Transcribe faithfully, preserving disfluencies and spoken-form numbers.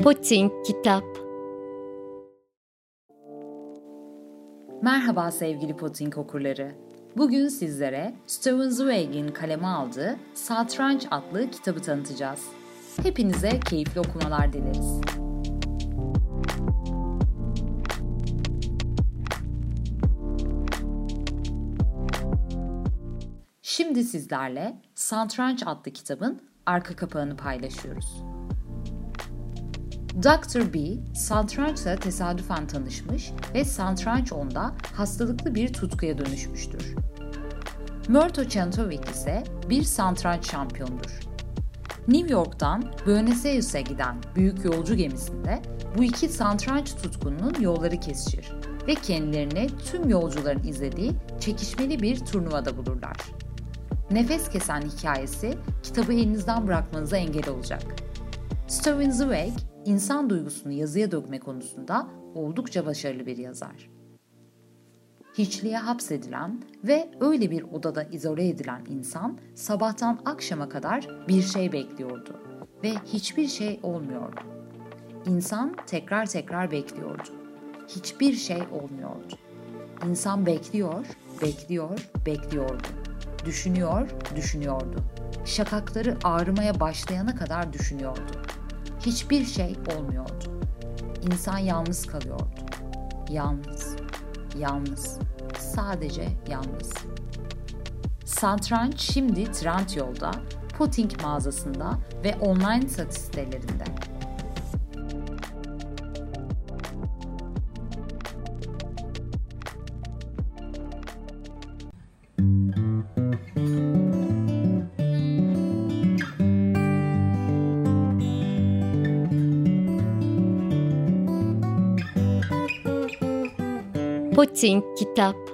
Potink Kitap. Merhaba sevgili Potink okurları. Bugün sizlere Steven Zweig'in kaleme aldığı Satranç adlı kitabı tanıtacağız. Hepinize keyifli okumalar dileriz. Şimdi sizlerle Satranç adlı kitabın arka kapağını paylaşıyoruz. doktor B, satrançla tesadüfen tanışmış ve satranç onda hastalıklı bir tutkuya dönüşmüştür. Murto Centovic ise bir satranç şampiyonudur. New York'tan Buenos Aires'e giden büyük yolcu gemisinde bu iki satranç tutkununun yolları kesişir ve kendilerini tüm yolcuların izlediği çekişmeli bir turnuvada bulurlar. Nefes kesen hikayesi kitabı elinizden bırakmanıza engel olacak. Steven Zweig, insan duygusunu yazıya dökme konusunda oldukça başarılı bir yazar. Hiçliğe hapsedilen ve öyle bir odada izole edilen insan sabahtan akşama kadar bir şey bekliyordu ve hiçbir şey olmuyordu. İnsan tekrar tekrar bekliyordu. Hiçbir şey olmuyordu. İnsan bekliyor, bekliyor, bekliyordu. Düşünüyor, düşünüyordu. Şakakları ağrımaya başlayana kadar düşünüyordu. Hiçbir şey olmuyordu. İnsan yalnız kalıyordu. Yalnız, yalnız, sadece yalnız. Satranç şimdi Trendyol'da, Potink mağazasında ve online satış sitelerinde. Potink Kitap.